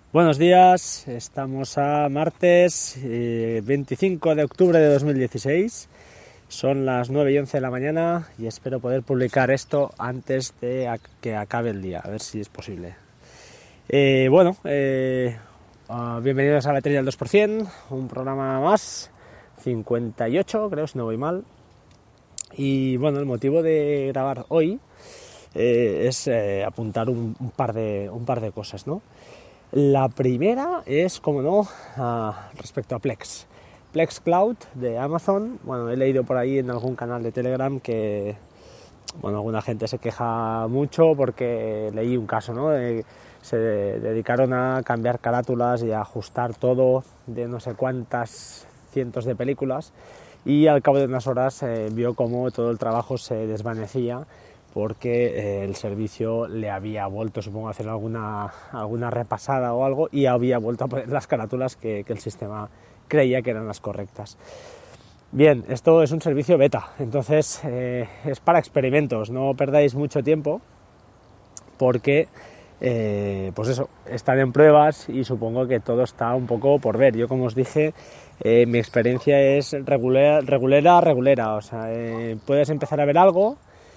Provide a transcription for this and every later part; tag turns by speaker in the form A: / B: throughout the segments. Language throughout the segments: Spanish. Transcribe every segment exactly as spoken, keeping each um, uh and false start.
A: Buenos días, estamos a martes eh, veinticinco de octubre de dos mil dieciséis, son las nueve y once de la mañana y espero poder publicar esto antes de que acabe el día, a ver si es posible. Eh, bueno, eh, uh, bienvenidos a Batería del dos por ciento, un programa más, cincuenta y ocho creo si no voy mal. Y bueno, el motivo de grabar hoy eh, es eh, apuntar un, un, par de, un par de cosas, ¿no? La primera es, como no, uh, respecto a Plex. Plex Cloud de Amazon. Bueno, he leído por ahí en algún canal de Telegram que, bueno, alguna gente se queja mucho porque leí un caso, ¿no? De, se dedicaron a cambiar carátulas y a ajustar todo de no sé cuántas cientos de películas y al cabo de unas horas eh, vio cómo todo el trabajo se desvanecía porque eh, el servicio le había vuelto, supongo, a hacer alguna, alguna repasada o algo y había vuelto a poner las carátulas que, que el sistema creía que eran las correctas. Bien, esto es un servicio beta, entonces eh, es para experimentos, no perdáis mucho tiempo porque, eh, pues eso, están en pruebas y supongo que todo está un poco por ver. Yo, como os dije, eh, mi experiencia es regulera, regulera, regulera, o sea, eh, puedes empezar a ver algo.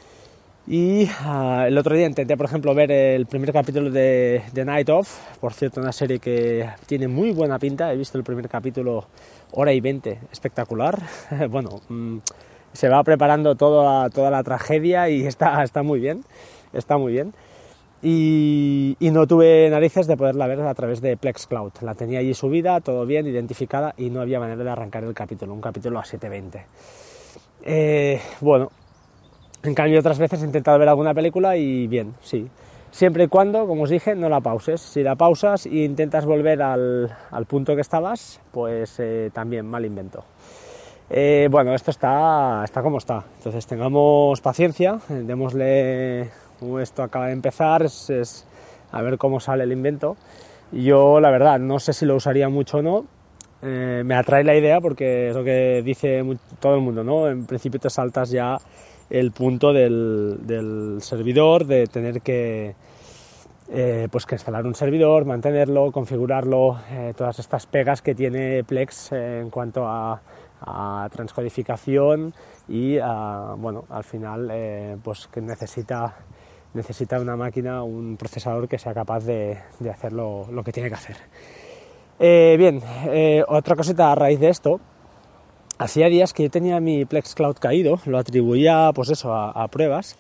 A: Y uh, el otro día intenté, por ejemplo, ver el primer capítulo de The Night Of, por cierto, una serie que tiene muy buena pinta. He visto el primer capítulo, hora y veinte, espectacular. Bueno, mmm, se va preparando toda, toda la tragedia y está, está muy bien, está muy bien. Y, y no tuve narices de poderla ver a través de Plex Cloud. La tenía allí subida, todo bien, identificada, y no había manera de arrancar el capítulo, un capítulo a siete veinte. Eh, bueno... En cambio, otras veces he intentado ver alguna película y bien, sí. Siempre y cuando, como os dije, no la pauses. Si la pausas e intentas volver al, al punto que estabas, pues eh, también mal invento. Eh, bueno, esto está, está como está. Entonces tengamos paciencia, eh, démosle... Como esto acaba de empezar, es, es a ver cómo sale el invento. Yo, la verdad, no sé si lo usaría mucho o no. Eh, me atrae la idea porque es lo que dice todo el mundo, ¿no? En principio te saltas ya el punto del, del servidor, de tener que, eh, pues que instalar un servidor, mantenerlo, configurarlo, eh, todas estas pegas que tiene Plex eh, en cuanto a, a transcodificación y a, bueno, al final eh, pues que necesita, necesita una máquina, un procesador que sea capaz de, de hacer lo, lo que tiene que hacer. Eh, bien, eh, otra cosita a raíz de esto. Hacía días que yo tenía mi Plex Cloud caído, lo atribuía pues eso a, a pruebas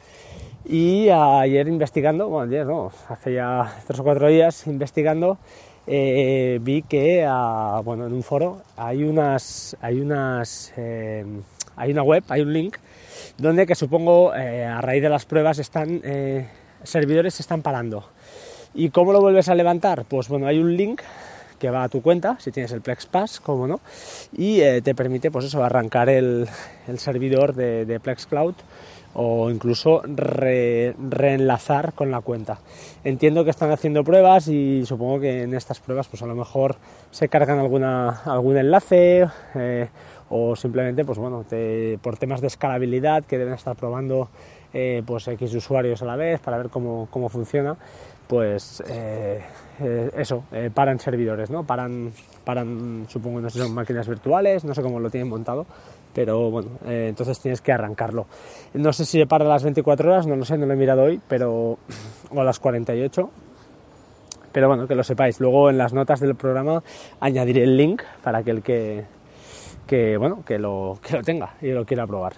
A: y ayer investigando, bueno ayer no, hace ya tres o cuatro días investigando eh, vi que a, bueno en un foro hay unas, hay unas, eh, hay una web, hay un link donde que supongo eh, a raíz de las pruebas están eh, servidores se están parando. ¿Y cómo lo vuelves a levantar? Pues bueno, hay un link que va a tu cuenta, si tienes el Plex Pass, como no, y eh, te permite, pues eso, arrancar el, el servidor de, de Plex Cloud o incluso re, reenlazar con la cuenta. Entiendo que están haciendo pruebas y supongo que en estas pruebas, pues a lo mejor se cargan alguna, algún enlace eh, o simplemente, pues bueno, te, por temas de escalabilidad que deben estar probando eh, pues X usuarios a la vez para ver cómo, cómo funciona, pues eh, eh, eso, eh, paran servidores, ¿no? Paran, paran, supongo, no sé si son máquinas virtuales, no sé cómo lo tienen montado, pero bueno, eh, entonces tienes que arrancarlo. No sé si se para a las veinticuatro horas, no lo sé, no lo he mirado hoy, pero o a las cuarenta y ocho, pero bueno, que lo sepáis. Luego en las notas del programa añadiré el link para aquel que, que bueno, que lo, que lo tenga y lo quiera probar.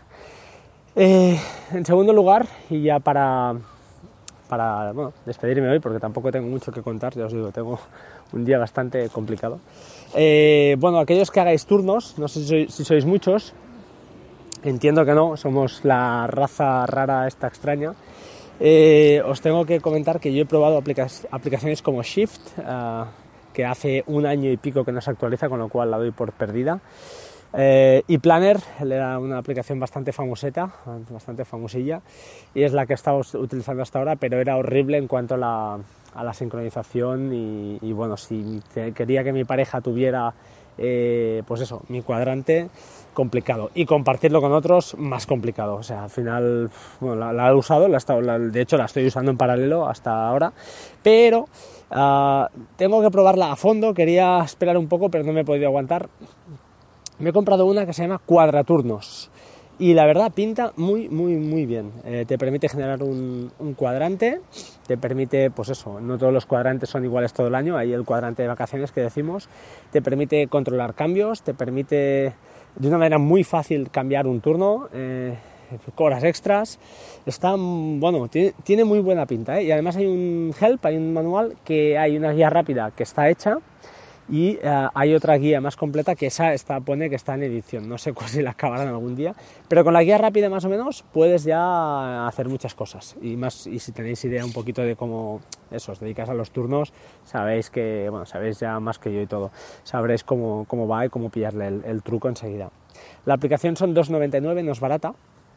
A: Eh, en segundo lugar, y ya para... para bueno, despedirme hoy, porque tampoco tengo mucho que contar, ya os digo, tengo un día bastante complicado. Eh, bueno, aquellos que hagáis turnos, no sé si sois, si sois muchos, entiendo que no, somos la raza rara esta extraña. Eh, os tengo que comentar que yo he probado aplica- aplicaciones como Shift, uh, que hace un año y pico que no se actualiza, con lo cual la doy por perdida. Eh, y Planner era una aplicación bastante famoseta, bastante famosilla, y es la que estamos utilizando hasta ahora, pero era horrible en cuanto a la, a la sincronización y, y bueno, si te, quería que mi pareja tuviera eh, pues eso, mi cuadrante complicado, y compartirlo con otros más complicado. O sea, al final, bueno, la, la he usado, la he estado, la, de hecho la estoy usando en paralelo hasta ahora, pero uh, tengo que probarla a fondo. Quería esperar un poco, pero no me he podido aguantar. Me he comprado una que se llama Cuadraturnos y la verdad pinta muy muy muy bien. Eh, te permite generar un, un cuadrante, te permite, pues eso, no todos los cuadrantes son iguales todo el año, hay el cuadrante de vacaciones que decimos, te permite controlar cambios, te permite de una manera muy fácil cambiar un turno, eh, horas extras. Está, bueno, tiene, tiene muy buena pinta, ¿eh? Y además hay un help, hay un manual, que hay una guía rápida que está hecha, y uh, hay otra guía más completa que esa está, pone que está en edición, no sé si la acabarán algún día, pero con la guía rápida más o menos puedes ya hacer muchas cosas, y más, y si tenéis idea un poquito de cómo eso, os dedicáis a los turnos, sabéis que, bueno, sabéis ya más que yo y todo, sabréis cómo, cómo va y cómo pillarle el, el truco enseguida. La aplicación son dos noventa y nueve, no es barata,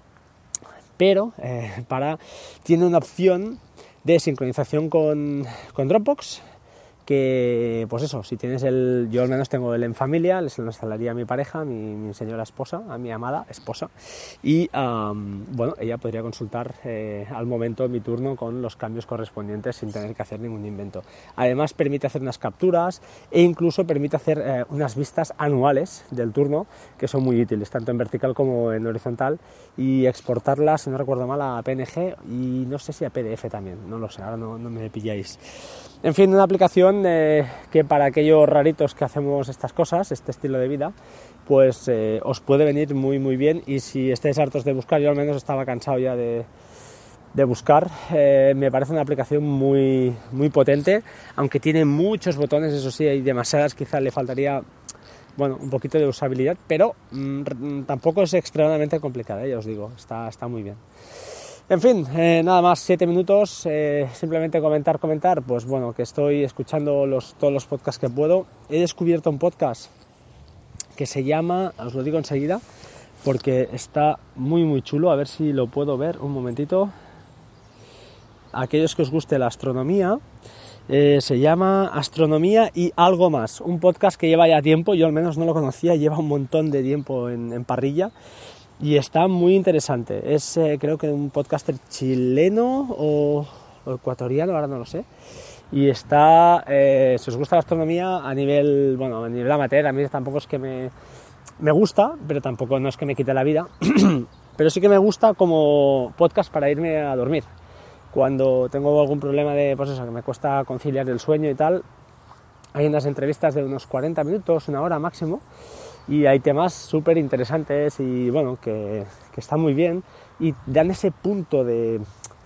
A: pero eh, para, tiene una opción de sincronización con, con Dropbox, que pues eso, si tienes el, yo al menos tengo el en familia, les lo instalaría a mi pareja, mi, mi señora esposa, a mi amada esposa, y um, bueno, ella podría consultar eh, al momento mi turno con los cambios correspondientes sin tener que hacer ningún invento. Además permite hacer unas capturas e incluso permite hacer eh, unas vistas anuales del turno, que son muy útiles, tanto en vertical como en horizontal, y exportarlas, si no recuerdo mal, a P N G y no sé si a P D F también, no lo sé, ahora no, no me pilláis. En fin, una aplicación eh, que para aquellos raritos que hacemos estas cosas, este estilo de vida, pues eh, os puede venir muy muy bien, y si estáis hartos de buscar, yo al menos estaba cansado ya de, de buscar, eh, me parece una aplicación muy, muy potente, aunque tiene muchos botones, eso sí, hay demasiadas, quizás le faltaría, bueno, un poquito de usabilidad, pero mmm, tampoco es extremadamente complicada, eh, ya os digo, está, está muy bien. En fin, eh, nada más, siete minutos, eh, simplemente comentar, comentar, pues bueno, que estoy escuchando los, todos los podcasts que puedo. He descubierto un podcast que se llama, os lo digo enseguida, porque está muy muy chulo, a ver si lo puedo ver un momentito. Aquellos que os guste la astronomía, eh, se llama Astronomía y algo más, un podcast que lleva ya tiempo, yo al menos no lo conocía, lleva un montón de tiempo en, en parrilla. Y está muy interesante, es eh, creo que un podcaster chileno o, o ecuatoriano, ahora no lo sé, y está, eh, si os gusta la astronomía a nivel, bueno, a nivel amateur, a mí tampoco es que me, me gusta, pero tampoco no es que me quite la vida, pero sí que me gusta como podcast para irme a dormir, cuando tengo algún problema de, pues eso, que me cuesta conciliar el sueño y tal. Hay unas entrevistas de unos cuarenta minutos, una hora máximo, y hay temas súper interesantes y bueno, que, que están muy bien y dan ese punto de,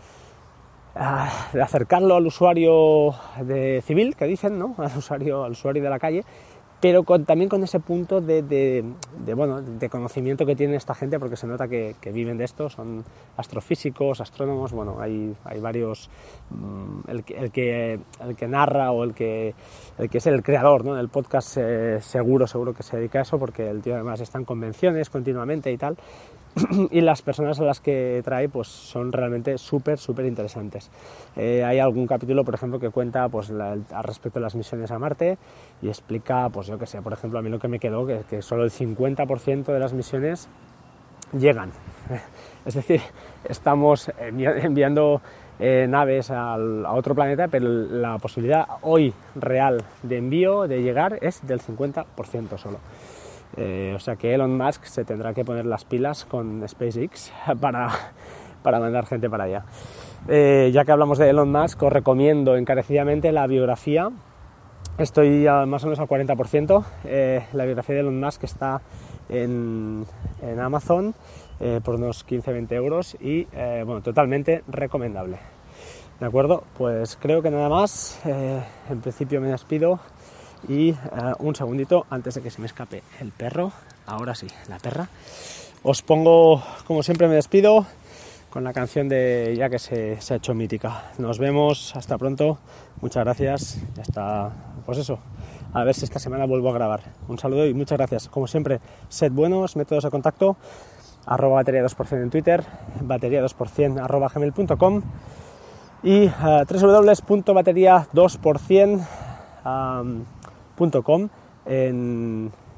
A: uh, de acercarlo al usuario de civil, que dicen, ¿no? Al usuario, al usuario de la calle, pero con, también con ese punto de, de, de, bueno, de conocimiento que tiene esta gente, porque se nota que, que viven de esto, son astrofísicos, astrónomos, bueno, hay, hay varios, mmm, el, el, que, el que narra o el que, el que es el creador, ¿no? del podcast, eh, seguro, seguro que se dedica a eso, porque el tío además está en convenciones continuamente y tal, y las personas a las que trae pues son realmente súper súper interesantes. Eh, hay algún capítulo, por ejemplo, que cuenta pues la, el, al respecto de las misiones a Marte y explica, pues yo que sé, por ejemplo, a mí lo que me quedó que, que solo el cincuenta por ciento de las misiones llegan, es decir, estamos envi- enviando eh, naves al, a otro planeta, pero la posibilidad hoy real de envío, de llegar, es del cincuenta por ciento solo. Eh, o sea que Elon Musk se tendrá que poner las pilas con SpaceX para, para mandar gente para allá. Eh, ya que hablamos de Elon Musk, os recomiendo encarecidamente la biografía. Estoy a, más o menos al cuarenta por ciento. Eh, la biografía de Elon Musk está en, en Amazon eh, por unos quince a veinte euros y eh, bueno, totalmente recomendable. ¿De acuerdo? Pues creo que nada más. Eh, en principio me despido. Y uh, un segundito antes de que se me escape el perro, ahora sí, la perra, os pongo, como siempre me despido, con la canción de Ya que se, se ha hecho mítica. Nos vemos, hasta pronto, muchas gracias, y hasta, pues eso, a ver si esta semana vuelvo a grabar. Un saludo y muchas gracias. Como siempre, sed buenos, métodos de contacto, arroba batería dos por ciento en Twitter, batería dos por ciento arroba gmail punto com y uh, doble u doble u doble u punto batería dos por ciento um, .com en,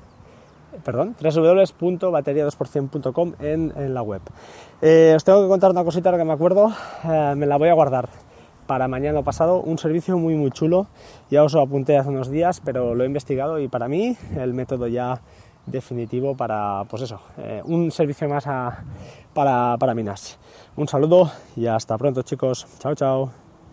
A: perdón, doble u doble u doble u punto batería dos por ciento punto com en, en la web. Eh, os tengo que contar una cosita, ahora que me acuerdo, eh, me la voy a guardar para mañana o pasado, un servicio muy muy chulo, ya os lo apunté hace unos días, pero lo he investigado y para mí el método ya definitivo para, pues eso, eh, un servicio más a, para, para minas. Un saludo y hasta pronto, chicos. Chao, chao.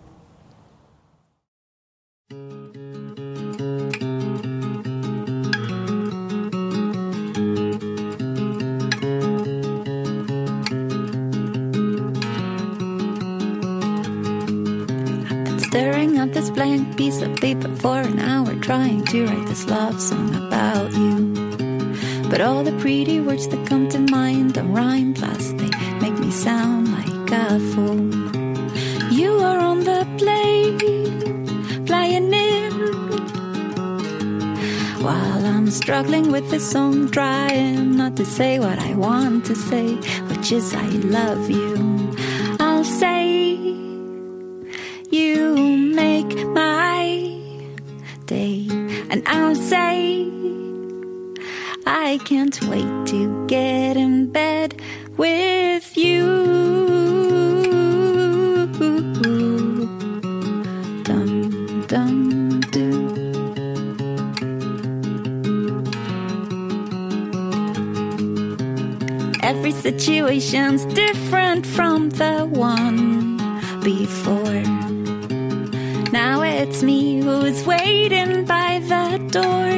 B: Staring at this blank piece of paper for an hour, trying to write this love song about you. But all the pretty words that come to mind don't rhyme, plus they make me sound like a fool. You are on the plane, flying in, while I'm struggling with this song, trying not to say what I want to say, which is I love you. I'll say you make my day, and I'll say I can't wait to get in bed with you. Dum dum do. Every situation's different from the one before. Now it's me who's waiting by the door.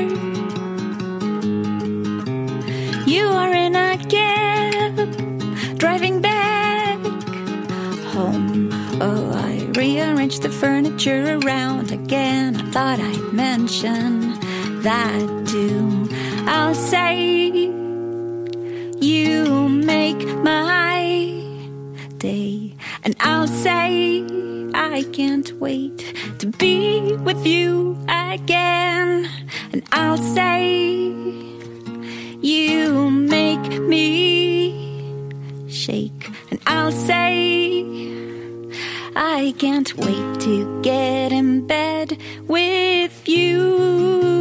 B: You are in a cab, driving back home. Oh, I rearranged the furniture around again. I thought I'd mention that too. I'll say you make my day, and I'll say I can't wait to be with you again. And I'll say you make me shake. And I'll say I can't wait to get in bed with you.